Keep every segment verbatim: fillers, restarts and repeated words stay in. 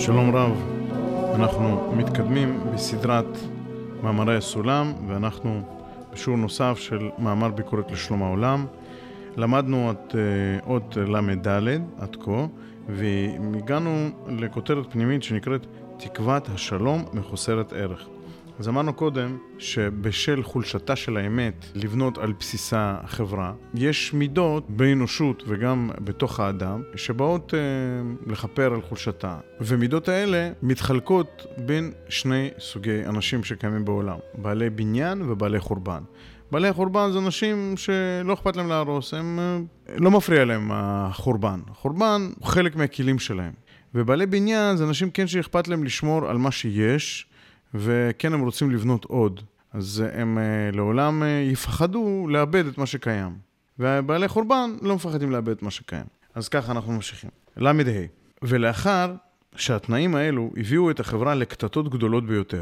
שלום רב, אנחנו מתקדמים בסדרת מאמרי הסולם ואנחנו בשיעור נוסף של מאמר ביקורת לשלום העולם. למדנו את עוד למד ד' עד כה והגענו לכותרת פנימית שנקראת תקוות השלום מחוסרת ערך. אז אמרנו קודם שבשל חולשתה של האמת לבנות על בסיסה החברה, יש מידות באנושות וגם בתוך האדם שבאות אה, לחפר על חולשתה. ומידות האלה מתחלקות בין שני סוגי אנשים שקיימים בעולם, בעלי בניין ובעלי חורבן. בעלי חורבן זה אנשים שלא אכפת להם להרוס, הם לא מפריע להם החורבן. החורבן הוא חלק מהכלים שלהם. ובעלי בניין זה אנשים כן שאכפת להם לשמור על מה שיש, וכן הם רוצים לבנות עוד. אז הם לעולם יפחדו לאבד את מה שקיים. ובעלי חורבן לא מפחדים לאבד את מה שקיים. אז ככה אנחנו ממשיכים. למד ה' ולאחר שהתנאים האלו הביאו את החברה לקטטות גדולות ביותר,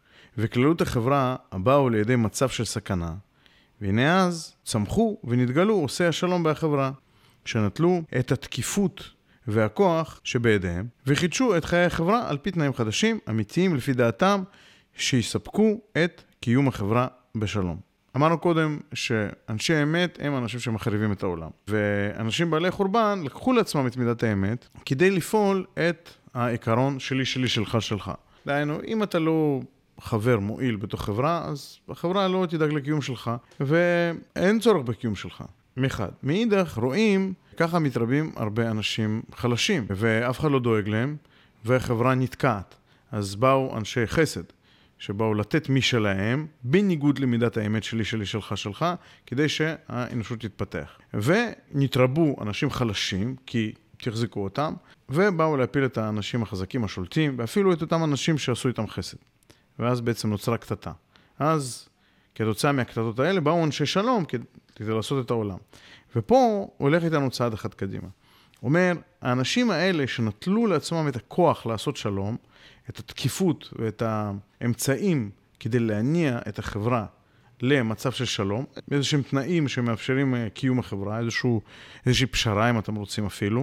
וכללות החברה באו לידי מצב של סכנה, והנה אז צמחו ונתגלו עושי השלום בחברה, שנטלו את התקיפות והכוח שבידיהם, וחידשו את חיי החברה על פי תנאים חדשים, אמיתיים לפי דעתם, שיספקו את קיום החברה בשלום. אמרנו קודם שאנשי אמת הם אנשים שמחריבים את העולם, ואנשים בעלי חורבן לקחו לעצמם את מידת האמת, כדי לפעול את העיקרון שלי, שלי, שלך, שלך. דהיינו, אם אתה לא חבר מועיל בתוך חברה, אז החברה לא תדאג לקיום שלך, ואין צורך בקיום שלך. מחד. מאידך רואים, ככה מתרבים הרבה אנשים חלשים, ואף אחד לא דואג להם, והחברה נתקעת. אז באו אנשי חסד, שבאו לתת משלהם, בניגוד למידת האמת שלי, שלי, שלך, שלך, כדי שהאנושות תתפתח. ונתרבו אנשים חלשים, כי תחזיקו אותם, ובאו להפיל את האנשים החזקים השולטים, ואפילו את אותם אנשים שעשו איתם חסד. ואז בעצם נוצרה קטטה. אז כתוצאה מהקטטות האלה באו אנשי שלום כדי לעשות את העולם. ופה הולך איתנו צעד אחד קדימה. אומר, האנשים האלה שנטלו לעצמם את הכוח לעשות שלום, את התקיפות ואת האמצעים כדי להניע את החברה למצב של שלום, איזשהם תנאים שמאפשרים קיום החברה, איזשהו, איזושהי פשרה אם אתם רוצים אפילו,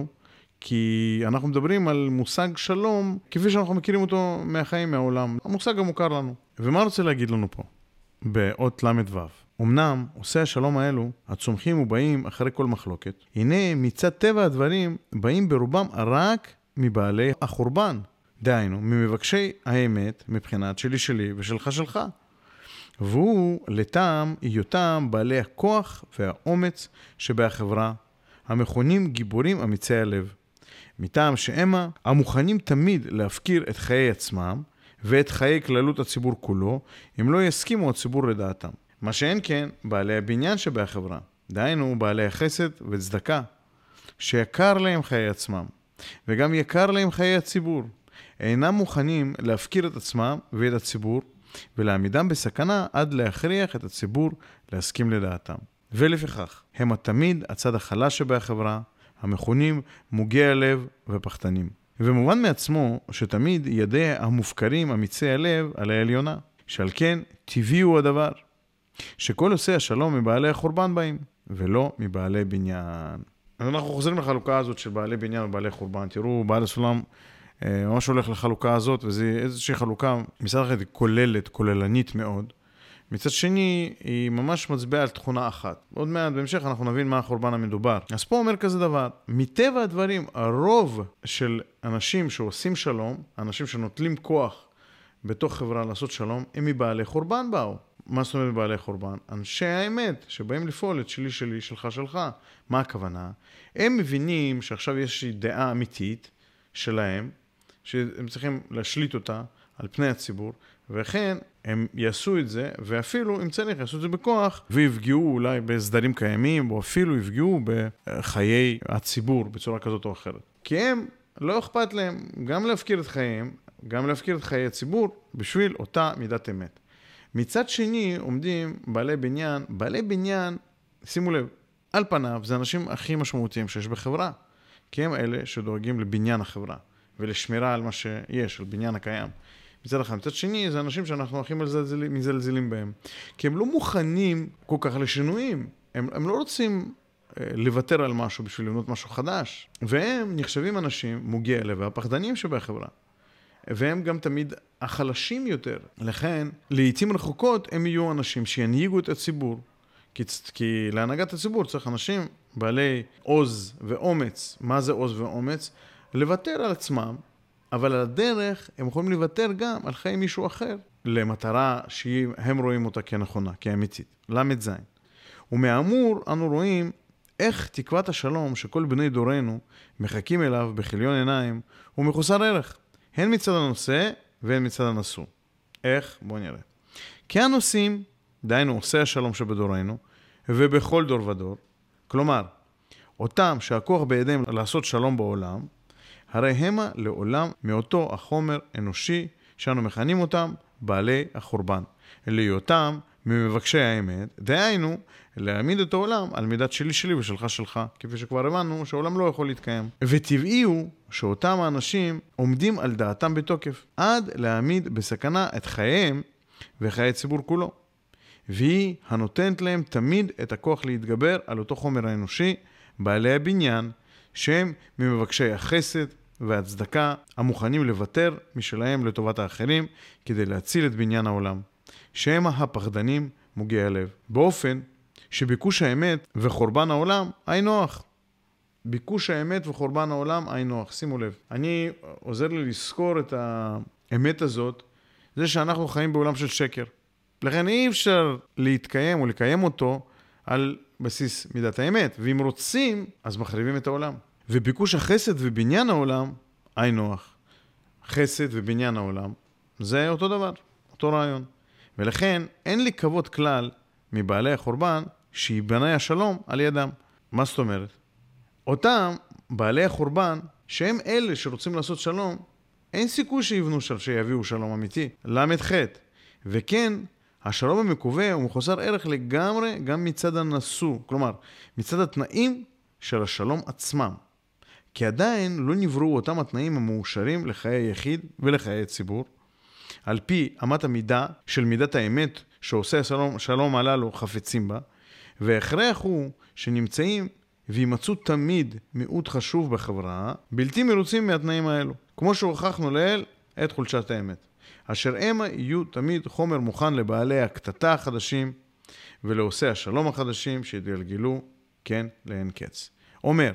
כי אנחנו מדברים על מושג שלום כפי שאנחנו מכירים אותו מהחיים, מהעולם. המושג המוכר לנו. ומה רוצה להגיד לנו פה? באות למד וו. אמנם עושי השלום האלו, הצומחים ובאים אחרי כל מחלוקת, הנה מצד טבע הדברים באים ברובם רק מבעלי החורבן. דהיינו, ממבקשי האמת מבחינת שלי שלי ושלך שלך. והוא לטעם היותם בעלי הכוח והאומץ שבחברה, המכונים גיבורים אמיצי הלב. מטעם שאמה המוכנים תמיד להפקיר את חיי עצמם ואת חיי כללות הציבור כולו, אם לא יסכימו הציבור לדעתם. מה שאין כן, בעלי הבניין שבחברה, דהיינו בעלי החסד וצדקה, שיקר להם חיי עצמם, וגם יקר להם חיי הציבור, אינם מוכנים להפקיר את עצמם ואת הציבור, ולעמידם בסכנה עד להכריח את הציבור להסכים לדעתם. ולפיכך, הם תמיד הצד החלש שבחברה, המכונים מוגי הלב ופחתנים. ומובן מעצמו שתמיד ידי המופקרים אמיצי הלב על העליונה, שעל כן טבעי הוא הדבר, שכל עושי השלום מבעלי החורבן באים, ולא מבעלי בניין. אז אנחנו חוזרים לחלוקה הזאת של בעלי בניין ובעלי חורבן. תראו, בעל הסולם ממש הולך לחלוקה הזאת, וזו איזושהי חלוקה מצד אחד כוללת, כוללנית מאוד. מצד שני, היא ממש מצביעה על תכונה אחת. עוד מעט, בהמשך אנחנו נבין מה החורבן המדובר. אז פה אומר כזה דבר, מטבע הדברים, הרוב של אנשים שעושים שלום, אנשים שנוטלים כוח בתוך חברה לעשות שלום, הם מבעלי חורבן באו. מה זאת אומרת מבעלי חורבן? אנשי האמת שבאים לפעול את שלי שלי, שלך שלך. מה הכוונה? הם מבינים שעכשיו יש דעה אמיתית שלהם, שהם צריכים להשליט אותה על פני הציבור, וכן הם יעשו את זה, ואפילו אם צריך יעשו את זה בכוח, ויפגעו אולי בסדרים קיימים, או אפילו יפגעו בחיי הציבור בצורה כזאת או אחרת. כי הם לא אכפת להם גם להפקיר את חייהם, גם להפקיר את חיי הציבור, בשביל אותה מידת אמת. מצד שני עומדים בעלי בניין, בעלי בניין, שימו לב, על פניו זה האנשים הכי משמעותיים שיש בחברה, כי הם אלה שדואגים לבניין החברה, ולשמירה על מה שיש, על בניין הקיים. מצד אחד. מצד שני, זה אנשים שאנחנו הכי מזלזלים, מזלזלים בהם. כי הם לא מוכנים כל כך לשינויים. הם, הם לא רוצים אה, לוותר על משהו בשביל לבנות משהו חדש. והם נחשבים אנשים מוגי הלב והפחדנים שבחברה. והם גם תמיד החלשים יותר. לכן, לעתים רחוקות הם יהיו אנשים שינהיגו את הציבור, כי, כי להנהגת הציבור צריך אנשים בעלי עוז ואומץ. מה זה עוז ואומץ? לוותר על עצמם, אבל על הדרך הם יכולים לוותר גם על חיי מישהו אחר, למטרה שהם רואים אותה כנכונה, כאמיתית. למד זין. ומאמור אנו רואים איך תקוות השלום שכל בני דורנו מחכים אליו בכליון עיניים הוא מחוסר ערך, הן מצד הנושא והן מצד הנשוא. איך? בואו נראה. כי הנושאים, דהיינו עושה השלום שבדורנו, ובכל דור ודור, כלומר, אותם שהכוח בידיהם לעשות שלום בעולם, הרי המה לעולם מאותו החומר אנושי שאנו מכנים אותם בעלי החורבן, להיותם ממבקשי האמת, דהיינו להעמיד את העולם על מידת שלי שלי ושלך שלך, כפי שכבר הבנו שהעולם לא יכול להתקיים. וטבעי הוא שאותם האנשים עומדים על דעתם בתוקף, עד להעמיד בסכנה את חייהם וחיי הציבור כולו. והיא הנותנת להם תמיד את הכוח להתגבר על אותו חומר האנושי, בעלי הבניין, שהם ממבקשי החסד והצדקה, המוכנים לוותר משלהם לטובת האחרים, כדי להציל את בניין העולם. שהם הפחדנים מוגי הלב. באופן שביקוש האמת וחורבן העולם היינו הך. ביקוש האמת וחורבן העולם היינו הך. שימו לב. אני עוזר לי לזכור את האמת הזאת, זה שאנחנו חיים בעולם של שקר. לכן אי אפשר להתקיים או לקיים אותו על בסיס מידת האמת. ואם רוצים, אז מחריבים את העולם. וביקוש החסד ובניין העולם היינו הך. חסד ובניין העולם זה אותו דבר, אותו רעיון. ולכן אין לי כבוד כלל מבעלי החורבן שיבנה השלום על ידם. מה זאת אומרת? אותם בעלי החורבן, שהם אלה שרוצים לעשות שלום, אין סיכוי שיבנו של שיביאו שלום אמיתי. למד חטא. וכן, השלום המקווה הוא מחוסר ערך לגמרי גם מצד הנשוא. כלומר, מצד התנאים של השלום עצמם. כי עדיין לא נבראו אותם התנאים המאושרים לחיי היחיד ולחיי הציבור. על פי אמת המידה של מידת האמת שעושה השלום, שלום הללו חפצים בה, והכרח הוא שנמצאים וימצאו תמיד מיעוט חשוב בחברה, בלתי מרוצים מהתנאים האלו, כמו שהוכחנו לאל את חולשת האמת, אשר הם יהיו תמיד חומר מוכן לבעלי הקטטה החדשים, ולעושי השלום החדשים שיתגלגלו כן לאין קץ. אומר,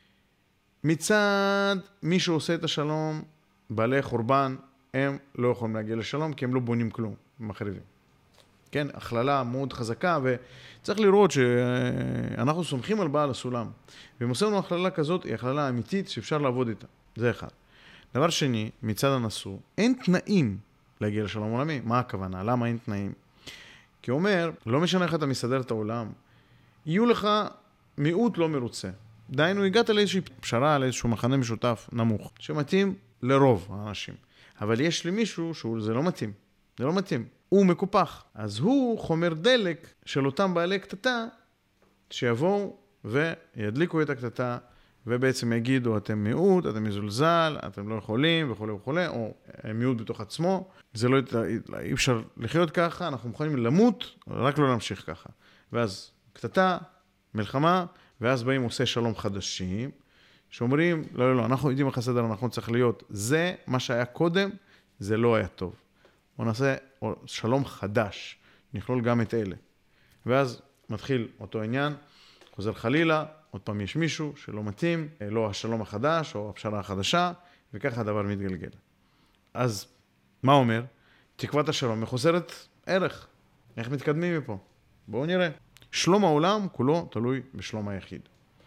מצד מי שעושה את השלום, בעלי חורבן, הם לא יכולים להגיע לשלום, כי הם לא בונים כלום, הם מחריבים. כן, הכללה מאוד חזקה, וצריך לראות שאנחנו סומכים על בעל הסולם. ואם עושה לנו הכללה כזאת, היא הכללה אמיתית שאפשר לעבוד איתה. זה אחד. דבר שני, מצד הנשוא, אין תנאים להגיע לשלום עולמי. מה הכוונה? למה אין תנאים? כי הוא אומר, לא משנה איך אתה מסדר את העולם, יהיו לך מיעוט לא מרוצה. דהיינו, הגעת לאיזושהי פשרה, על איזשהו מחנה משותף נמוך, שמתאים לרוב האנשים. אבל יש לי מישהו שזה לא מתאים. זה לא מתאים. הוא מקופח. אז הוא חומר דלק של אותם בעלי קטטה, שיבואו וידליקו את הקטטה, ובעצם יגידו, אתם מיעוט, אתם מזולזל, אתם לא יכולים, וכו' וכו', או מיעוט בתוך עצמו. זה לא, אי אפשר לחיות ככה, אנחנו מוכנים למות, רק לא להמשיך ככה. ואז קטטה, מלחמה, ואז באים עושה שלום חדשים, שאומרים, לא, לא, לא, אנחנו יודעים איך הסדר הנכון צריך להיות. זה, מה שהיה קודם, זה לא היה טוב. בוא נעשה שלום חדש, נכלול גם את אלה. ואז מתחיל אותו עניין, חוזר חלילה, עוד פעם יש מישהו שלא מתאים, לא השלום החדש או הפשרה החדשה, וככה הדבר מתגלגל. אז מה אומר? תקוות השלום מחוסרת ערך. איך מתקדמים מפה? בואו נראה. שלום העולם כולו תלוי בשלום היחיד.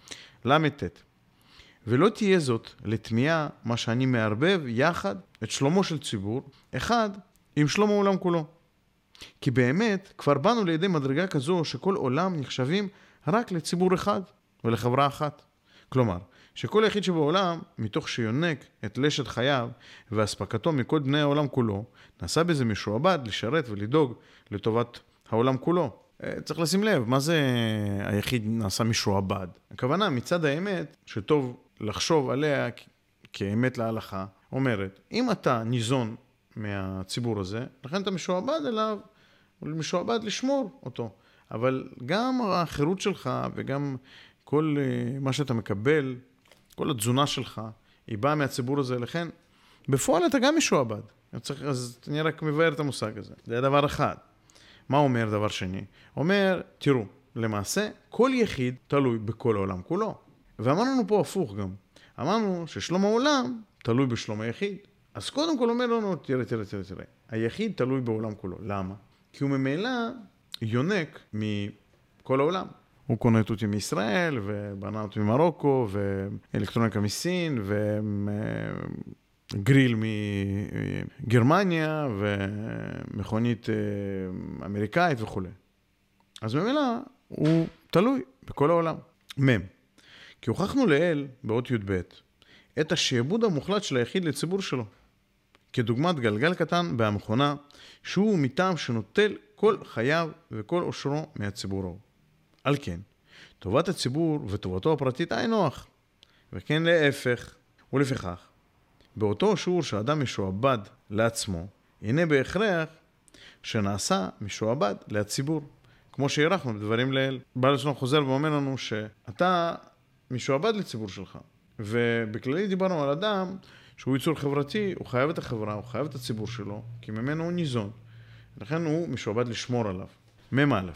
למתת. ולא תהיה זאת לתמיעה מה שאני מערבב יחד את שלומו של ציבור, אחד עם שלום העולם כולו. כי באמת כבר באנו לידי מדרגה כזו שכל עולם נחשבים רק לציבור אחד ולחברה אחת. כלומר, שכל יחיד שבעולם, מתוך שיונק את לשת חייו והספקתו מכל בני העולם כולו, נעשה בזה משועבד לשרת ולדאוג לטובת העולם כולו. צריך לשים לב, מה זה היחיד נעשה משועבד? הכוונה מצד האמת, שטוב לחשוב עליה כאמת להלכה, אומרת, אם אתה ניזון מהציבור הזה, לכן אתה משועבד אליו, משועבד לשמור אותו. אבל גם החירות שלך וגם כל מה שאתה מקבל, כל התזונה שלך, היא באה מהציבור הזה, לכן בפועל אתה גם משועבד. אז אני רק מבאר את המושג הזה. זה דבר אחד. מה אומר דבר שני? אומר, תראו, למעשה, כל יחיד תלוי בכל העולם כולו. ואמרנו לנו פה הפוך גם. אמרנו ששלום העולם תלוי בשלום היחיד. אז קודם כל אומר לנו, תראה, תראה, תראה, תראה. היחיד תלוי בעולם כולו. למה? כי הוא ממילא יונק מכל העולם. הוא קונה אותי מישראל, ובנה אותי ממרוקו, ואלקטרוניקה מסין, וגריל מגרמניה, ומכונית אמריקאית וכו'. אז ממילא הוא תלוי בכל העולם. מם. כי הוכחנו לאל, באות י"ב, את השעבוד המוחלט של היחיד לציבור שלו. כדוגמת גלגל קטן במכונה, שהוא מטעם שנוטל כל חייו וכל אושרו מהציבור ההוא. על כן, טובת הציבור וטובתו הפרטית אין נוח, וכן להפך, ולפיכך, באותו שיעור שאדם משועבד לעצמו, הנה בהכרח שנעשה משועבד לציבור, כמו שהערכנו בדברים לאל. בעל הסולם חוזר ואומר לנו שאתה משועבד לציבור שלך, ובכללי דיברנו על אדם שהוא יצור חברתי, הוא חייב את החברה, הוא חייב את הציבור שלו, כי ממנו הוא ניזון, לכן הוא משועבד לשמור עליו. מם א',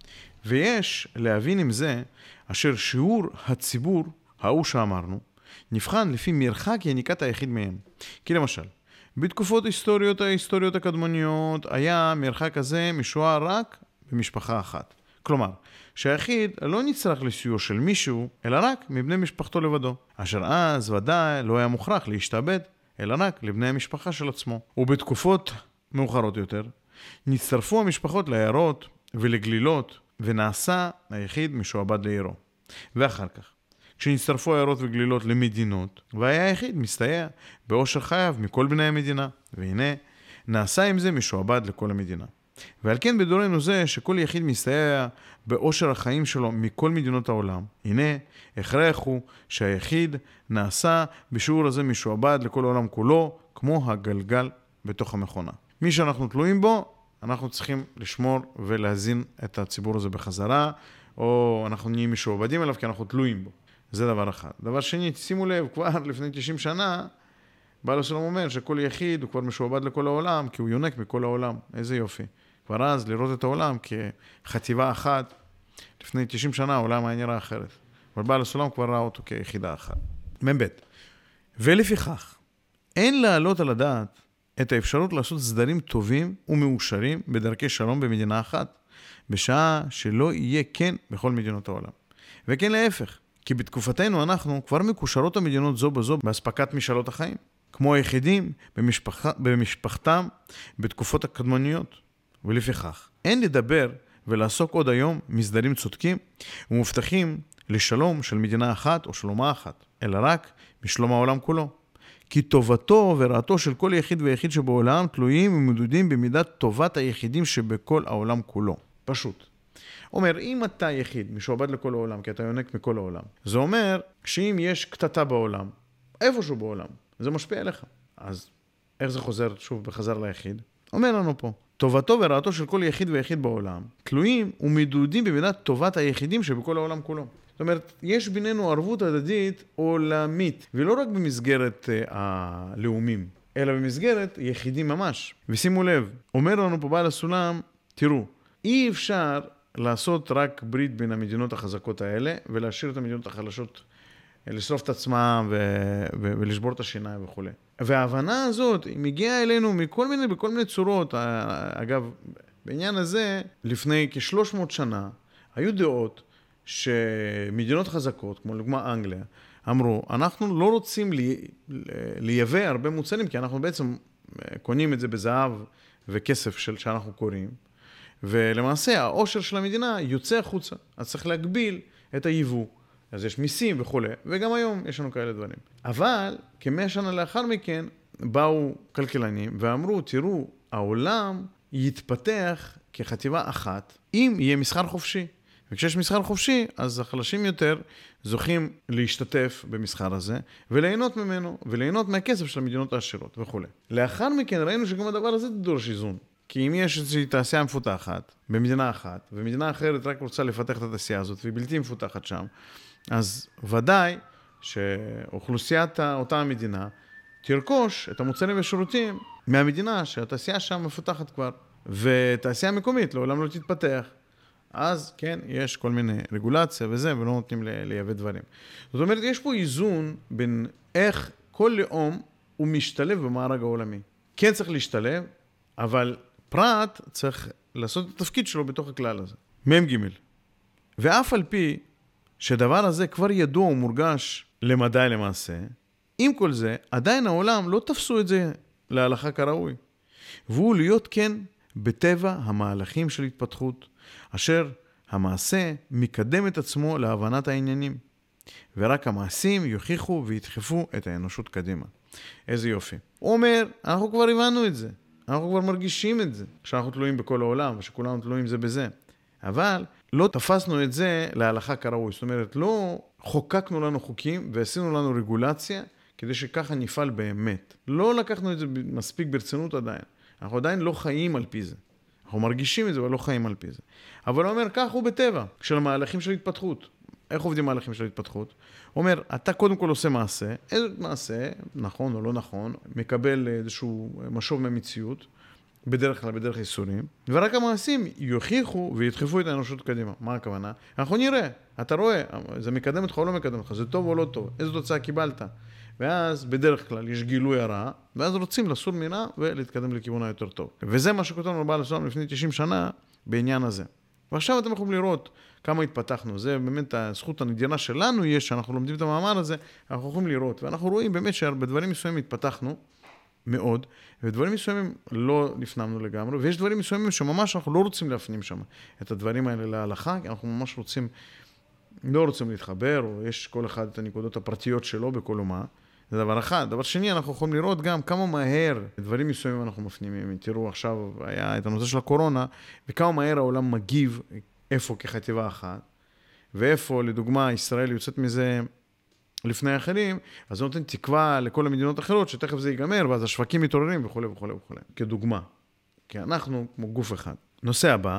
ויש להבין עם זה, אשר שיעור הציבור, ההוא שאמרנו, נבחן לפי מרחק יניקת היחיד מהם. כי למשל, בתקופות היסטוריות ההיסטוריות הקדמוניות, היה מרחק הזה משוער רק במשפחה אחת. כלומר, שהיחיד לא נצטרך לסיוע של מישהו, אלא רק מבני משפחתו לבדו. אשר אז ודאי לא היה מוכרח להשתעבד, אלא רק לבני המשפחה של עצמו. ובתקופות מאוחרות יותר, נצטרפו המשפחות לעיירות ולגלילות, ונעשה היחיד משועבד לעירו. ואחר כך, כשנצטרפו עיירות וגלילות למדינות, והיה היחיד מסתייע באושר חייו מכל בני המדינה, והנה, נעשה עם זה משועבד לכל המדינה. ועל כן בדורנו זה שכל יחיד מסתייע באושר החיים שלו מכל מדינות העולם. הנה, הכרח הוא שהיחיד נעשה בשיעור הזה משועבד לכל העולם כולו, כמו הגלגל בתוך המכונה. מי שאנחנו תלויים בו, אנחנו צריכים לשמור ולהזין את הציבור הזה בחזרה, או אנחנו נהיים משועבדים אליו כי אנחנו תלויים בו. זה דבר אחד. דבר שני, שימו לב, כבר לפני תשעים שנה, בעל הסולם אומר שכל יחיד הוא כבר משועבד לכל העולם, כי הוא יונק מכל העולם. איזה יופי. כבר אז לראות את העולם כחטיבה אחת, לפני תשעים שנה העולם היה נראה אחרת. אבל בעל הסולם כבר ראה אותו כיחידה אחת. מ"ב. ולפיכך, אין להעלות על הדעת את האפשרות לעשות סדרים טובים ומאושרים בדרכי שלום במדינה אחת, בשעה שלא יהיה כן בכל מדינות העולם. וכן להפך, כי בתקופתנו אנחנו כבר מקושרות המדינות זו בזו בהספקת משאלות החיים, כמו היחידים במשפח... במשפחתם בתקופות הקדמוניות. ולפיכך, אין לדבר ולעסוק עוד היום מסדרים צודקים ומובטחים לשלום של מדינה אחת או שלומה אחת, אלא רק משלום העולם כולו. כי טובתו ורעתו של כל יחיד ויחיד שבעולם תלויים ומדודים במידת טובת היחידים שבכל העולם כולו. פשוט. אומר, אם אתה יחיד משועבד לכל העולם, כי אתה יונק מכל העולם, זה אומר שאם יש קטטה בעולם, איפשהו בעולם, זה משפיע עליך. אז איך זה חוזר שוב בחזר ליחיד? אומר לנו פה, טובתו ורעתו של כל יחיד ויחיד בעולם תלויים ומדודים במידת טובת היחידים שבכל העולם כולו. זאת אומרת, יש בינינו ערבות הדדית עולמית, ולא רק במסגרת uh, הלאומים, אלא במסגרת יחידים ממש. ושימו לב, אומר לנו פה בעל הסולם, תראו, אי אפשר לעשות רק ברית בין המדינות החזקות האלה, ולהשאיר את המדינות החלשות, לשרוף את עצמם ו- ו- ולשבור את השיניים וכו'. וההבנה הזאת היא מגיעה אלינו מכל מיני, בכל מיני צורות. אגב, בעניין הזה, לפני כ-שלוש מאות שנה, היו דעות שמדינות חזקות, כמו לדוגמה אנגליה, אמרו, אנחנו לא רוצים לי, לייבא הרבה מוצרים, כי אנחנו בעצם קונים את זה בזהב וכסף של, שאנחנו קוראים, ולמעשה העושר של המדינה יוצא החוצה. אז צריך להגביל את היבוא. אז יש מיסים וכו', וגם היום יש לנו כאלה דברים. אבל כמאה שנה לאחר מכן באו כלכלנים ואמרו, תראו, העולם יתפתח כחטיבה אחת אם יהיה מסחר חופשי. וכשיש מסחר חופשי, אז החלשים יותר זוכים להשתתף במסחר הזה, וליהנות ממנו, וליהנות מהכסף של המדינות העשירות וכו'. לאחר מכן ראינו שגם הדבר הזה דורש איזון. כי אם יש איזושהי תעשייה מפותחת במדינה אחת, ומדינה אחרת רק רוצה לפתח את התעשייה הזאת, והיא בלתי מפותחת שם, אז ודאי שאוכלוסיית אותה המדינה תרכוש את המוצרים ושירותים מהמדינה שהתעשייה שם מפותחת כבר, ותעשייה מקומית לעולם לא תתפתח. אז כן, יש כל מיני רגולציה וזה, ולא נותנים לייבא דברים. זאת אומרת, יש פה איזון בין איך כל לאום הוא משתלב במארג העולמי. כן צריך להשתלב, אבל פרט צריך לעשות את התפקיד שלו בתוך הכלל הזה. מם ג' ואף על פי שדבר הזה כבר ידוע ומורגש למדי למעשה, עם כל זה, עדיין העולם לא תפסו את זה להלכה כראוי. והוא להיות כן בטבע המהלכים של התפתחות, אשר המעשה מקדם את עצמו להבנת העניינים, ורק המעשים יוכיחו וידחפו את האנושות קדימה. איזה יופי. הוא אומר, אנחנו כבר הבנו את זה, אנחנו כבר מרגישים את זה, שאנחנו תלויים בכל העולם, ושכולנו תלויים זה בזה. אבל לא תפסנו את זה להלכה כראוי, זאת אומרת, לא חוקקנו לנו חוקים ועשינו לנו רגולציה, כדי שככה נפעל באמת. לא לקחנו את זה מספיק ברצינות עדיין. אנחנו עדיין לא חיים על פי זה. אנחנו מרגישים את זה, אבל לא חיים על פי זה. אבל הוא אומר, כך הוא בטבע, של המהלכים של התפתחות. איך עובדים מהלכים של התפתחות? הוא אומר, אתה קודם כל עושה מעשה, איזה מעשה, נכון או לא נכון, מקבל איזשהו משוב ממציאות, בדרך כלל, בדרך ייסורים, ורק המעשים יוכיחו וידחפו את האנושות קדימה. מה הכוונה? אנחנו נראה, אתה רואה, זה מקדם אותך או לא מקדם אותך, זה טוב או לא טוב, איזו תוצאה קיבלת. ואז בדרך כלל יש גילוי הרע, ואז רוצים לסור מינה ולהתקדם לכיוון היותר טוב. וזה מה שכותבנו לבעל הסולם לפני תשעים שנה בעניין הזה. ועכשיו אתם יכולים לראות כמה התפתחנו. זה באמת הזכות הנדירה שלנו יש, שאנחנו לומדים את המאמר הזה, אנחנו יכולים לראות. ואנחנו רואים באמת שבדברים מסוימים התפתחנו מאוד, ודברים מסוימים לא נפנמנו לגמרי, ויש דברים מסוימים שממש אנחנו לא רוצים להפנים שם את הדברים האלה להלכה, כי אנחנו ממש רוצים, לא רוצים להתחבר, או יש כל אחד את הנקודות הפרטיות שלו בכל אומה. זה דבר אחד. דבר שני, אנחנו יכולים לראות גם כמה מהר דברים מסוימים אנחנו מפנימים. תראו, עכשיו היה את הנושא של הקורונה, וכמה מהר העולם מגיב איפה כחטיבה אחת, ואיפה, לדוגמה, ישראל יוצאת מזה לפני אחרים, אז זה נותן תקווה לכל המדינות האחרות, שתכף זה ייגמר, ואז השווקים מתעוררים וכו' וכו' וכו'. כדוגמה. כי אנחנו כמו גוף אחד. נושא הבא,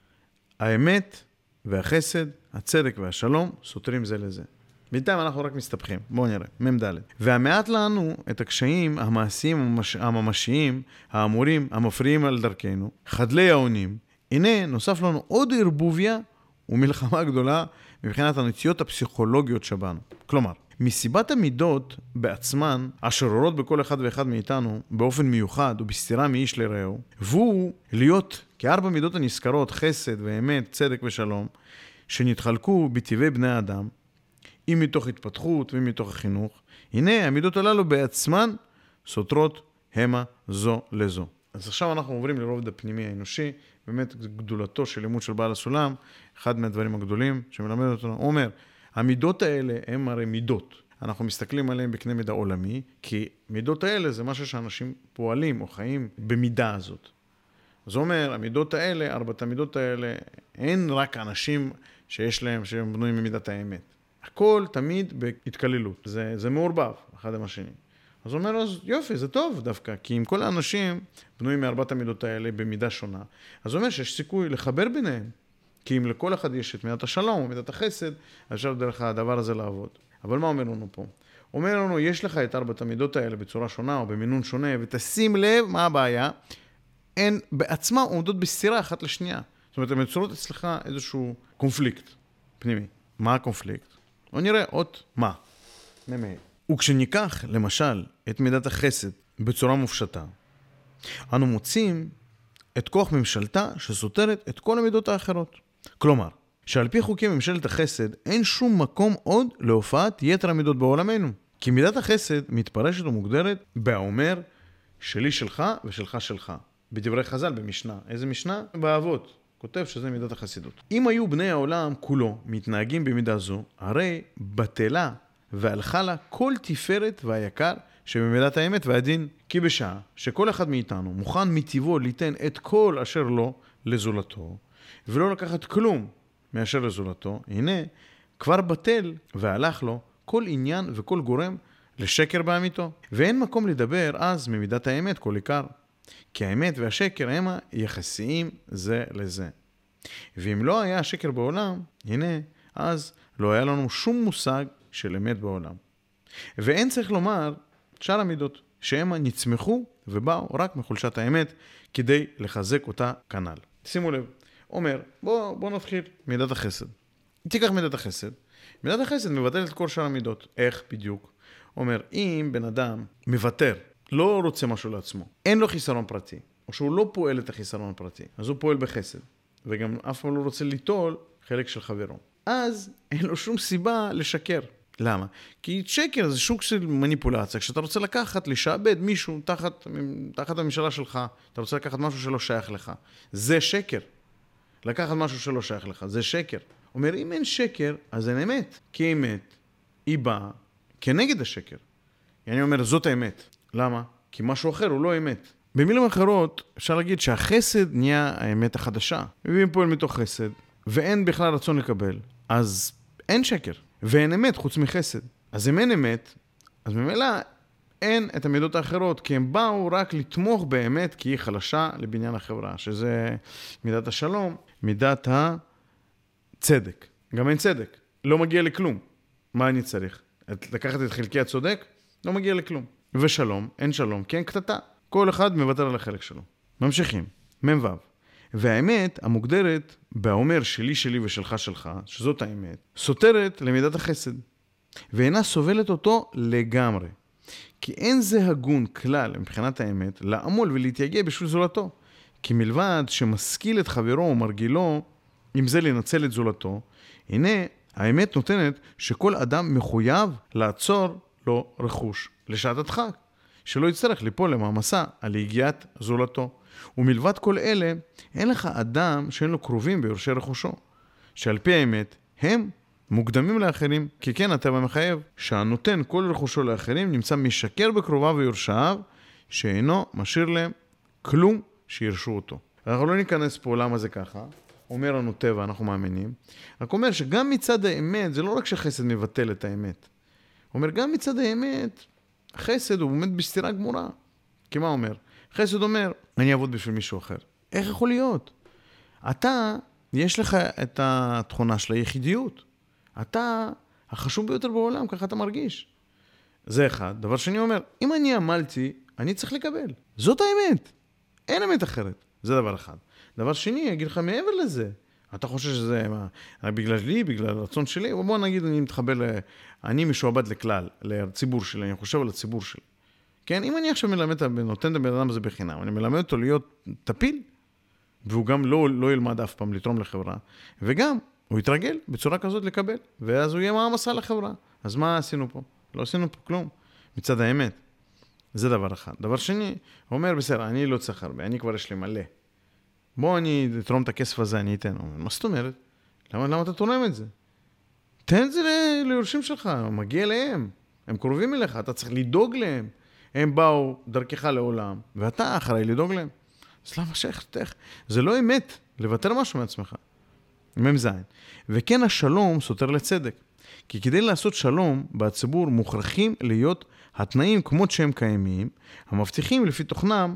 האמת והחסד, הצדק והשלום, סותרים זה לזה. בינתיים אנחנו רק מסתבכים. בואו נראה. מם ד' והמעט לנו את הקשיים המעשיים הממש... הממשיים, האמורים, המפריעים על דרכנו, חדלי העונים. הנה, נוסף לנו עוד ערבוביה ומלחמה גדולה מבחינת הנטיות הפסיכולוגיות שבנו. כלומר, מסיבת המידות בעצמן, אשר אורות בכל אחד ואחד מאיתנו, באופן מיוחד ובסתירה מאיש לרעהו, והוא להיות כארבע מידות הנזכרות, חסד ואמת, צדק ושלום, שנתחלקו בטבעי בני האדם, אם מתוך התפתחות ואם מתוך החינוך. הנה, המידות הללו בעצמן סותרות המה זו לזו. אז עכשיו אנחנו עוברים לרובד הפנימי האנושי, באמת גדולתו של לימוד של בעל הסולם, אחד מהדברים הגדולים שמלמד אותנו, הוא אומר, המידות האלה הם הרי מידות. אנחנו מסתכלים עליהם בקנה מידה עולמי, כי מידות האלה זה משהו שאנשים פועלים או חיים במידה הזאת. אז הוא אומר, המידות האלה, ארבעת המידות האלה, אין רק אנשים שיש להם, שהם בנויים ממידת האמת. הכל תמיד בהתקללות. זה, זה מעורבב, אחד עם השני. אז הוא אומר, אז יופי, זה טוב דווקא, כי אם כל האנשים בנויים מארבעת המידות האלה במידה שונה, אז הוא אומר שיש סיכוי לחבר ביניהם. כי אם לכל אחד יש את מידת השלום, מידת החסד, אפשר דרך הדבר הזה לעבוד. אבל מה אומר לנו פה? אומר לנו, יש לך את ארבעת המידות האלה בצורה שונה או במינון שונה, ותשים לב מה הבעיה, הן בעצמה עומדות בסתירה אחת לשנייה. זאת אומרת, הן יוצרות אצלך איזשהו קונפליקט פנימי. מה הקונפליקט? בוא נראה עוד מה. נמי. וכשניקח, למשל, את מידת החסד בצורה מופשטה, אנו מוצאים את כוח ממשלתה שסותרת את כל המידות האחרות. כלומר, שעל פי חוקי ממשלת החסד אין שום מקום עוד להופעת יתר המידות בעולמנו. כי מידת החסד מתפרשת ומוגדרת באומר שלי שלך ושלך שלך. בדברי חז"ל במשנה. איזה משנה? באבות. כותב שזה מידת החסידות. אם היו בני העולם כולו מתנהגים במידה זו, הרי בטלה והלכה לה כל תפארת והיקר שבמידת האמת והדין. כי בשעה שכל אחד מאיתנו מוכן מטבעו ליתן את כל אשר לו לזולתו, ולא לקחת כלום מאשר לזולתו, הנה כבר בטל והלך לו כל עניין וכל גורם לשקר באמיתו. ואין מקום לדבר אז ממידת האמת כל עיקר. כי האמת והשקר הם יחסיים זה לזה. ואם לא היה השקר בעולם, הנה, אז לא היה לנו שום מושג של אמת בעולם. ואין צריך לומר שאר המידות, שהם נצמחו ובאו רק מחולשת האמת כדי לחזק אותה כנ"ל. שימו לב, אומר, בוא, בוא נתחיל מידת החסד. תיקח מידת החסד. מידת החסד מבטלת את כל שאר המידות. איך בדיוק? אומר, אם בן אדם מוותר, לא רוצה משהו לעצמו, אין לו חיסרון פרטי, או שהוא לא פועל את החיסרון הפרטי, אז הוא פועל בחסד, וגם אף פעם לא רוצה ליטול חלק של חברו. אז אין לו שום סיבה לשקר. למה? כי שקר זה שוק של מניפולציה. כשאתה רוצה לקחת, לשעבד מישהו תחת, תחת הממשלה שלך, אתה רוצה לקחת משהו שלא שייך לך. זה שקר. לקחת משהו שלא שייך לך, זה שקר. אומר, אם אין שקר, אז אין אמת. כי אמת, היא באה כנגד השקר. אני אומר, זאת האמת. למה? כי משהו אחר הוא לא אמת. במילים אחרות, אפשר להגיד שהחסד נהיה האמת החדשה. ואם פועל מתוך חסד, ואין בכלל רצון לקבל, אז אין שקר. ואין אמת חוץ מחסד. אז אם אין אמת, אז ממילא אין את המידות האחרות, כי הם באו רק לתמוך באמת, כי היא חלשה לבניין החברה, שזה מידת השלום, מידת הצדק. גם אין צדק. לא מגיע לכלום. מה אני צריך? לקחת את חלקי הצודק? לא מגיע לכלום. ושלום, אין שלום, כי אין קטטה. כל אחד מוותר על החלק שלו. ממשיכים. מ"ו. והאמת המוגדרת באומר שלי שלי ושלך שלך, שזאת האמת, סותרת למידת החסד, ואינה סובלת אותו לגמרי. כי אין זה הגון כלל מבחינת האמת לעמול ולהתייגע בשביל זולתו. כי מלבד שמשכיל את חברו ומרגילו, אם זה לנצל את זולתו, הנה האמת נותנת שכל אדם מחויב לעצור לו רכוש לשעת הדחק, שלא יצטרך ליפול למעמסה על הגיעת זולתו. ומלבד כל אלה, אין לך אדם שאין לו קרובים ביורשי רכושו, שעל פי האמת הם מוקדמים לאחרים, כי כן הטבע מחייב, שהנותן כל רכושו לאחרים נמצא משקר בקרוביו ויורשיו, שאינו משאיר להם כלום שירשו אותו. אנחנו לא ניכנס פה למה זה ככה, אומר לנו טבע, אנחנו מאמינים, רק אומר שגם מצד האמת, זה לא רק שחסד מבטל את האמת, אומר גם מצד האמת, החסד הוא באמת בסתירה גמורה. כי מה אומר? חסד אומר, אני אעבוד בשביל מישהו אחר. איך יכול להיות? אתה, יש לך את התכונה של היחידיות. אתה החשוב ביותר בעולם, ככה אתה מרגיש. זה אחד. דבר שני אומר, אם אני עמלתי, אני צריך לקבל. זאת האמת. אין אמת אחרת. זה דבר אחד. דבר שני, אני אגיד לך מעבר לזה. אתה חושב שזה מה, בגלל לי, בגלל הרצון שלי, ובוא נגיד, אני מתחבר, אני משועבד לכלל, לציבור שלי, אני חושב על הציבור שלי. כן, אם אני עכשיו מלמד, נותן את הבן אדם הזה בחינם, אני מלמד אותו להיות טפיל, והוא גם לא, לא ילמד אף פעם לתרום לחברה, וגם הוא יתרגל בצורה כזאת לקבל, ואז הוא יהיה מעמסה לחברה. אז מה עשינו פה? לא עשינו פה כלום, מצד האמת. זה דבר אחד. דבר שני, הוא אומר, בסדר, אני לא צריך הרבה, אני כבר יש לי מלא. בוא אני אתרום את הכסף הזה, אני אתן. אומר, מה זאת אומרת? למה, למה אתה תורם את זה? תן את זה ליורשים שלך, מגיע להם. הם קרובים אליך, אתה צריך לדאוג להם. הם באו דרכך לעולם, ואתה אחראי לדאוג להם. אז למה שייכתך? זה לא אמת, לוותר משהו מעצמך. מ"ז. וכן השלום סותר לצדק. כי כדי לעשות שלום בציבור מוכרחים להיות התנאים כמות שהם קיימים, המבטיחים לפי תוכנם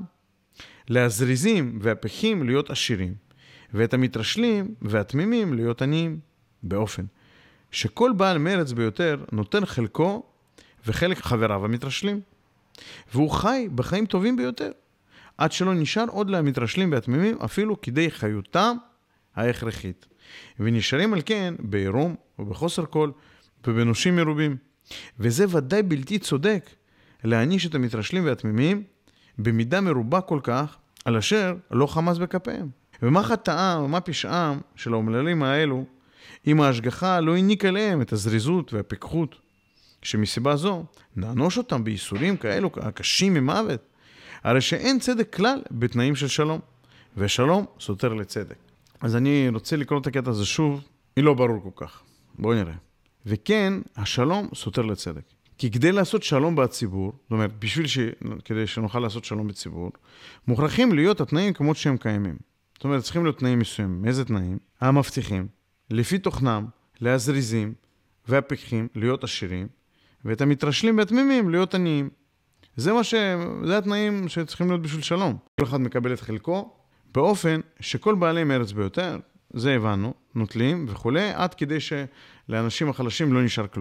להזריזים והפכים להיות עשירים, ואת המתרשלים והתמימים להיות עניים, באופן שכל בעל מרץ ביותר נותן חלקו וחלק חבריו המתרשלים. והוא חי בחיים טובים ביותר, עד שלא נשאר עוד למתרשלים והתמימים אפילו כדי חיותם ההכרחית. ונשארים על כן בעירום ובחוסר כל ובנושים מרובים. וזה ודאי בלתי צודק להעניש את המתרשלים והתמימים במידה מרובה כל כך, על אשר לא חמאס בכפיהם. ומה חטאם ומה פשעם של האומללים האלו, אם ההשגחה לא העניקה להם את הזריזות והפיקחות, שמסיבה זו נענוש אותם בייסורים כאלו הקשים ממוות, הרי שאין צדק כלל בתנאים של שלום, ושלום סותר לצדק. אז אני רוצה לקרוא את הקטע הזה שוב, היא לא ברור כל כך. בואו נראה. וכן, השלום סותר לצדק. כי כדי לעשות שלום בציבור, זאת אומרת, בשביל ש... כדי שנוכל לעשות שלום בציבור, מוכרחים להיות התנאים כמות שהם קיימים. זאת אומרת, צריכים להיות תנאים מסוימים. איזה תנאים? המבטיחים, לפי תוכנם, להזריזים והפיקחים, להיות עשירים, ואת המתרשלים והתמימים, להיות עניים. זה מה ש... זה התנאים שצריכים להיות בשביל שלום. כל אחד מקבל את חלקו, באופן שכל בעלי מרץ ביותר, זה הבנו, נוטלים וכו', עד כדי שלאנשים החלשים לא נשאר כלום.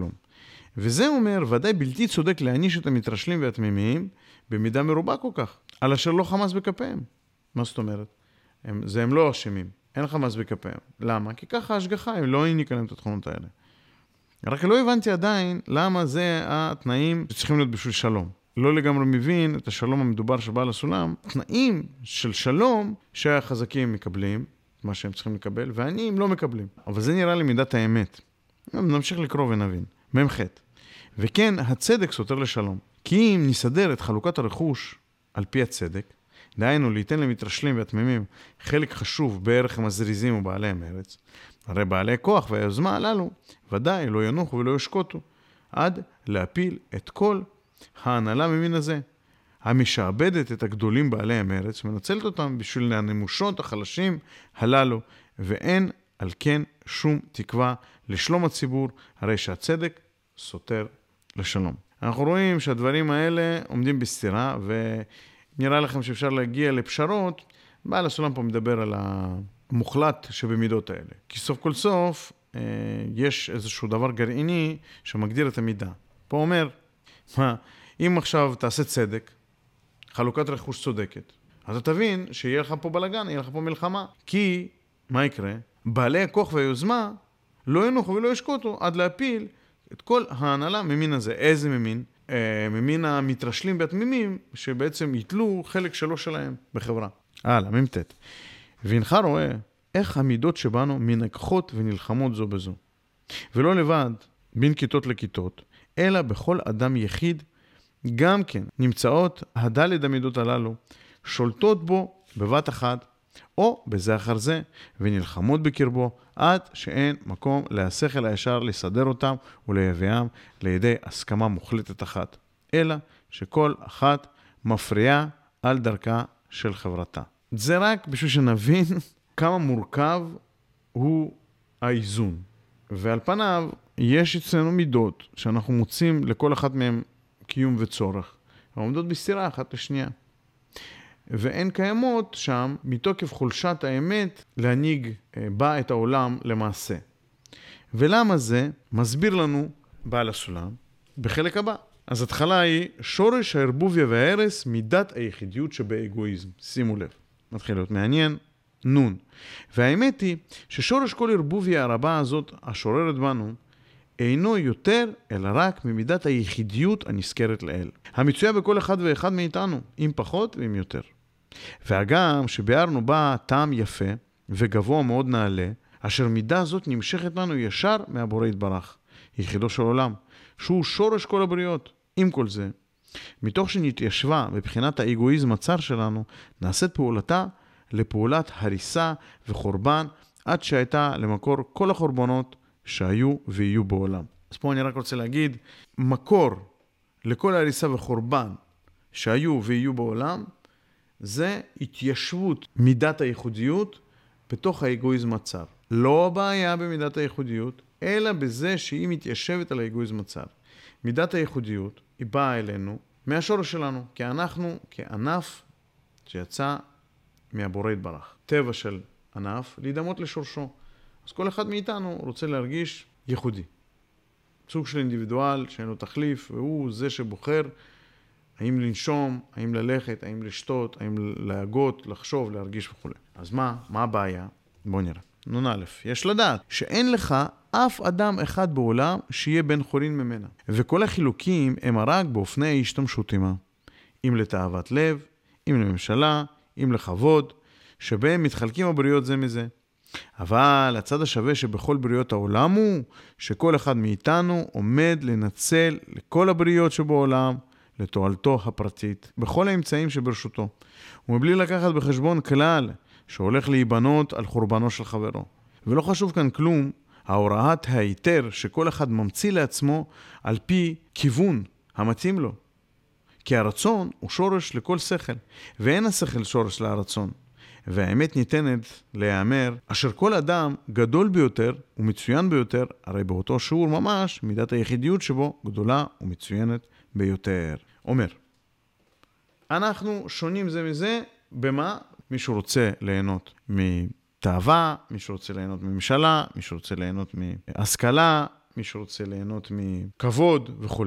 וזה אומר, ודאי בלתי צודק להעניש את המתרשלים והתמימים, במידה מרובה כל כך, על אשר לא חמאס בכפיהם. מה זאת אומרת? הם, זה הם לא אשמים, אין חמאס בכפיהם. למה? כי ככה ההשגחה, הם לא העניקה להם את התכונות האלה. רק לא הבנתי עדיין למה זה התנאים שצריכים להיות בשביל שלום. לא לגמרי מבין את השלום המדובר של בעל הסולם, תנאים של שלום שהחזקים מקבלים, מה שהם צריכים לקבל, והעניים לא מקבלים. אבל זה נראה לי מידת האמת. נמשיך לקרוא ונבין. ממ"ח. וכן, הצדק סותר לשלום. כי אם נסדר את חלוקת הרכוש על פי הצדק, דהיינו, ליתן למתרשלים והתמימים חלק חשוב בערך המזריזים ובעלי המרץ, הרי בעלי כוח והיוזמה הללו ודאי לא ינוחו ולא ישקוטו, עד להפיל את כל ההנהלה ממין הזה, המשעבדת את הגדולים בעלי המרץ, מנצלת אותם בשביל הנמושות החלשים הללו, ואין על כן שום תקווה לשלום הציבור, הרי שהצדק סותר לשלום. אנחנו רואים שהדברים האלה עומדים בסתירה, ונראה לכם שאפשר להגיע לפשרות. בעל הסולם פה מדבר על המוחלט שבמידות האלה. כי סוף כל סוף יש איזשהו דבר גרעיני שמגדיר את המידה. פה אומר, מה, אם עכשיו תעשה צדק, חלוקת רכוש צודקת, אז אתה תבין שיהיה לך פה בלגן, יהיה לך פה מלחמה. כי, מה יקרה? בעלי הכוח והיוזמה לא ינוחו ולא ישקוטו עד להפיל את כל ההנהלה ממין הזה. איזה ממין? אה, ממין המתרשלים והתמימים שבעצם יתלו חלק שלו שלהם בחברה. הלאה, ממתת. והנך רואה איך המידות שבנו מנגחות ונלחמות זו בזו. ולא לבד בין כיתות לכיתות, אלא בכל אדם יחיד, גם כן נמצאות הדלת המידות הללו, שולטות בו בבת אחת, או בזה אחר זה, ונלחמות בקרבו, עד שאין מקום להשכל הישר לסדר אותם ולהביאם לידי הסכמה מוחלטת אחת, אלא שכל אחת מפריעה על דרכה של חברתה. זה רק בשביל שנבין כמה מורכב הוא האיזון. ועל פניו יש אצלנו מידות שאנחנו מוצאים לכל אחת מהם קיום וצורך. העומדות בסתירה אחת לשנייה. ואין קיימות שם מתוקף חולשת האמת להנהיג בה את העולם למעשה. ולמה זה? מסביר לנו בעל הסולם בחלק הבא. אז התחלה היא שורש הערבוביה וההרס מידת היחידיות שבאגואיזם. שימו לב, מתחיל להיות מעניין. נון. והאמת היא ששורש כל ערבוביה הרבה הזאת השוררת בנו אינו יותר אלא רק ממידת היחידיות הנזכרת לאל, המצויה בכל אחד ואחד מאיתנו, אם פחות ואם יותר. והגם שביארנו בה טעם יפה וגבוה מאוד נעלה, אשר מידה הזאת נמשכת לנו ישר מהבורא יתברך, יחידו של עולם, שהוא שורש כל הבריות. עם כל זה, מתוך שנתיישבה בבחינת האגואיזם הצר שלנו, נעשית פעולתה לפעולת הריסה וחורבן, עד שהייתה למקור כל החורבנות שהיו ויהיו בעולם. אז פה אני רק רוצה להגיד, מקור לכל הריסה וחורבן שהיו ויהיו בעולם, זה התיישבות מידת הייחודיות בתוך האגואיזם הצר. לא הבעיה במידת הייחודיות, אלא בזה שהיא מתיישבת על האגואיזם הצר. מידת הייחודיות היא באה אלינו מהשורש שלנו, כי אנחנו כענף שיצא מהבורא יתברך. טבע של ענף להידמות לשורשו. אז כל אחד מאיתנו רוצה להרגיש ייחודי. סוג של אינדיבידואל שאין לו תחליף, והוא זה שבוחר האם לנשום, האם ללכת, האם לשתות, האם להגות, לחשוב, להרגיש וכו'. אז מה? מה הבעיה? בוא נראה. נון א', יש לדעת שאין לך אף אדם אחד בעולם שיהיה בן חורין ממנה. וכל החילוקים הם רק באופני ההשתמשות עמה. אם לתאוות לב, אם לממשלה, אם לכבוד, שבהם מתחלקים הבריות זה מזה. אבל הצד השווה שבכל בריות העולם הוא שכל אחד מאיתנו עומד לנצל לכל הבריות שבעולם לתועלתו הפרטית, בכל האמצעים שברשותו, ומבלי לקחת בחשבון כלל שהולך להיבנות על חורבנו של חברו. ולא חשוב כאן כלום, ההוראת היתר שכל אחד ממציא לעצמו על פי כיוון המתאים לו. כי הרצון הוא שורש לכל שכל, ואין השכל שורש להרצון. והאמת ניתנת להיאמר, אשר כל אדם גדול ביותר ומצוין ביותר, הרי באותו שיעור ממש, מידת היחידיות שבו גדולה ומצוינת ביותר. אומר, אנחנו שונים זה מזה, במה? מישהו רוצה ליהנות מתאווה, מישהו רוצה ליהנות מממשלה, מישהו רוצה ליהנות מהשכלה, מי שרוצה ליהנות מכבוד וכו'.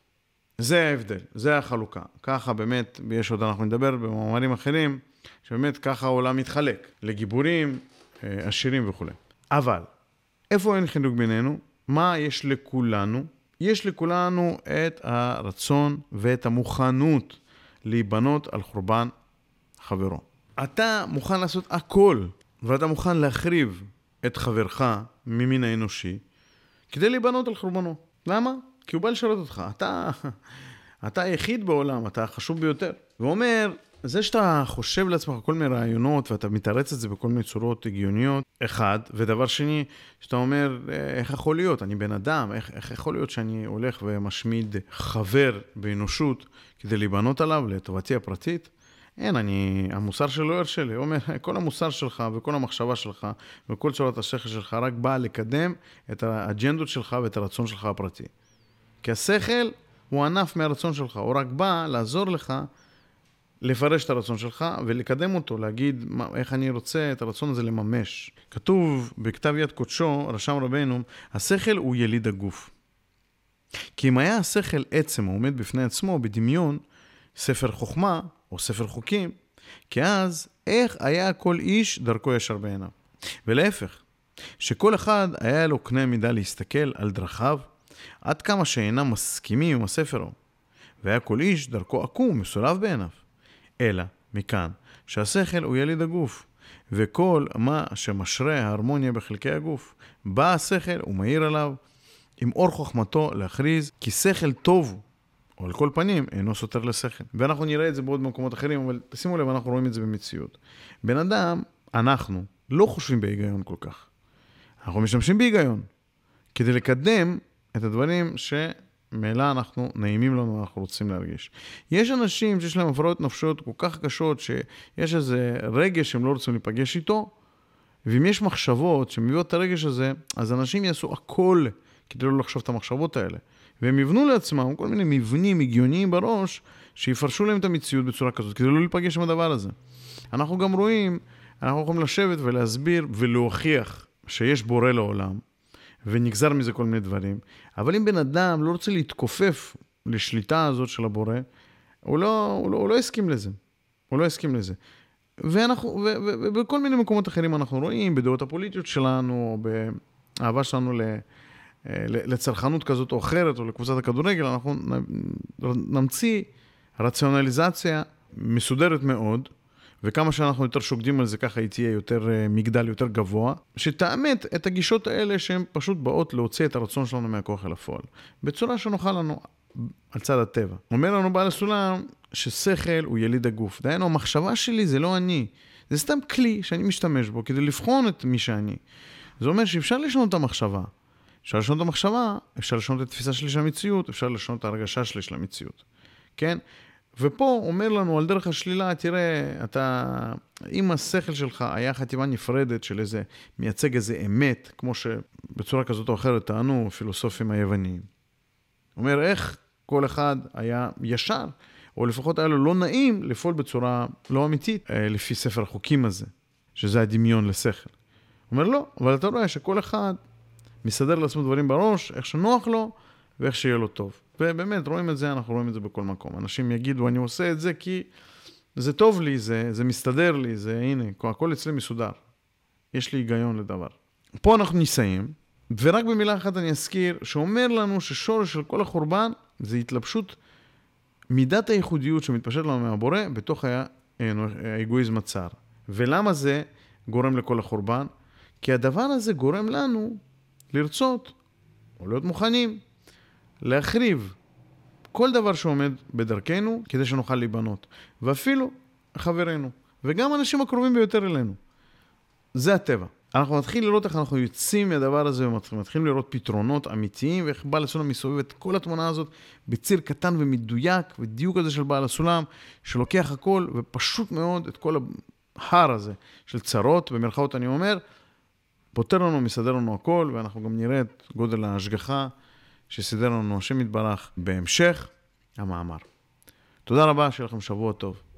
זה ההבדל, זה החלוקה. ככה באמת, יש עוד אנחנו נדבר במאמרים אחרים, שבאמת ככה העולם מתחלק, לגיבורים, עשירים וכו'. אבל, איפה אין חילוק בינינו? מה יש לכולנו? יש לכולנו את הרצון ואת המוכנות להיבנות על חורבן חברו. אתה מוכן לעשות הכל, ואתה מוכן להחריב את חברך ממין האנושי, כדי להיבנות על חורבנו. למה? כי הוא בא לשרת אותך. אתה, אתה היחיד בעולם, אתה החשוב ביותר. והוא אומר, זה שאתה חושב לעצמך כל מיני רעיונות, ואתה מתרץ את זה בכל מיני צורות הגיוניות, אחד, ודבר שני, שאתה אומר, איך יכול להיות? אני בן אדם, איך, איך יכול להיות שאני הולך ומשמיד חבר באנושות, כדי להיבנות עליו לטובתי הפרטית? אין, אני, המוסר שלו ירשה לי. הוא אומר, כל המוסר שלך וכל המחשבה שלך וכל צורת השכל שלך רק באה לקדם את האג'נדות שלך ואת הרצון שלך הפרטי. כי השכל הוא ענף מהרצון שלך, הוא רק בא לעזור לך לפרש את הרצון שלך ולקדם אותו, להגיד מה, איך אני רוצה את הרצון הזה לממש. כתוב בכתב יד קודשו, רשם רבנו, השכל הוא יליד הגוף. כי אם היה השכל עצם העומד בפני עצמו בדמיון, ספר חוכמה או ספר חוקים, כי אז איך היה כל איש דרכו ישר בעיניו. ולהפך, שכל אחד היה לו קנה מידה להסתכל על דרכיו, עד כמה שאינם מסכימים עם הספר, והיה כל איש דרכו עקום, מסולב בעיניו. אלא, מכאן, שהשכל הוא יליד הגוף, וכל מה שמשרה ההרמוניה בחלקי הגוף, בא השכל ומאיר עליו, עם אור חוכמתו להכריז, כי שכל טוב, או על כל פנים, אינו סותר לשכל. ואנחנו נראה את זה בעוד במקומות אחרים, אבל תשימו לב, אנחנו רואים את זה במציאות. בן אדם, אנחנו, לא חושבים בהיגיון כל כך. אנחנו משתמשים בהיגיון, כדי לקדם את הדברים שמעלה אנחנו נעימים לנו, אנחנו רוצים להרגיש. יש אנשים שיש להם הפרעות נפשיות כל כך קשות, שיש איזה רגש שהם לא רוצים להיפגש איתו, ואם יש מחשבות שמביאות את הרגש הזה, אז אנשים יעשו הכל כדי לא לחשוב את המחשבות האלה. והם יבנו לעצמם כל מיני מבנים הגיוניים בראש, שיפרשו להם את המציאות בצורה כזאת, כדי לא להיפגש עם הדבר הזה. אנחנו גם רואים, אנחנו יכולים לשבת ולהסביר ולהוכיח שיש בורא לעולם, ונגזר מזה כל מיני דברים. אבל אם בן אדם לא רוצה להתכופף לשליטה הזאת של הבורא, הוא לא, הוא לא, הוא לא הסכים לזה. הוא לא הסכים לזה. ואנחנו, ובכל מיני מקומות אחרים אנחנו רואים, בדעות הפוליטיות שלנו, או באהבה שלנו ל... לצרכנות כזאת או אחרת, או לקבוצת הכדורגל, אנחנו נמציא רציונליזציה מסודרת מאוד, וכמה שאנחנו יותר שוקדים על זה, ככה היא תהיה יותר מגדל, יותר גבוה, שתאמת את הגישות האלה שהן פשוט באות להוציא את הרצון שלנו מהכוח אל הפועל, בצורה שנוכל לנו על צד הטבע. אומר לנו בעל הסולם ששכל הוא יליד הגוף. דיינו, המחשבה שלי זה לא אני, זה סתם כלי שאני משתמש בו כדי לבחון את מי שאני. זה אומר שאפשר לשנות את המחשבה. אפשר לשנות את המחשבה, אפשר לשנות את התפיסה שלי של המציאות, אפשר לשנות את הרגשה שלי של המציאות. כן? ופה אומר לנו על דרך השלילה, תראה, אתה, אם השכל שלך היה חטיבה נפרדת של איזה, מייצג איזה אמת, כמו שבצורה כזאת או אחרת טענו פילוסופים היווניים. אומר, איך כל אחד היה ישר, או לפחות היה לו לא נעים לפעול בצורה לא אמיתית, לפי ספר החוקים הזה, שזה הדמיון לשכל. אומר, לא, אבל אתה רואה שכל אחד מסדר לעצמו דברים בראש, איך שנוח לו, ואיך שיהיה לו טוב. ובאמת, רואים את זה, אנחנו רואים את זה בכל מקום. אנשים יגידו, אני עושה את זה כי זה טוב לי, זה, זה מסתדר לי, זה, הנה, הכל אצלי מסודר. יש לי היגיון לדבר. פה אנחנו נסיים, ורק במילה אחת אני אזכיר, שאומר לנו ששורש של כל החורבן, זה התלבשות מידת הייחודיות שמתפשט לנו מהבורא, בתוך האגואיזם הצער. ולמה זה גורם לכל החורבן? כי הדבר הזה גורם לנו לרצות, או להיות מוכנים, להחריב כל דבר שעומד בדרכנו, כדי שנוכל להיבנות. ואפילו חברינו, וגם אנשים הקרובים ביותר אלינו. זה הטבע. אנחנו נתחיל לראות איך אנחנו יוצאים מהדבר הזה, ומתחילים לראות פתרונות אמיתיים, ואיך בעל הסולם מסובב את כל התמונה הזאת, בציר קטן ומדויק, ודיוק הזה של בעל הסולם, שלוקח הכל, ופשוט מאוד את כל ההר הזה, של צרות, במרכאות אני אומר, פותר לנו, מסדר לנו הכל, ואנחנו גם נראה את גודל ההשגחה, שסידר לנו השם יתברך בהמשך המאמר. תודה רבה, שיהיה לכם שבוע טוב.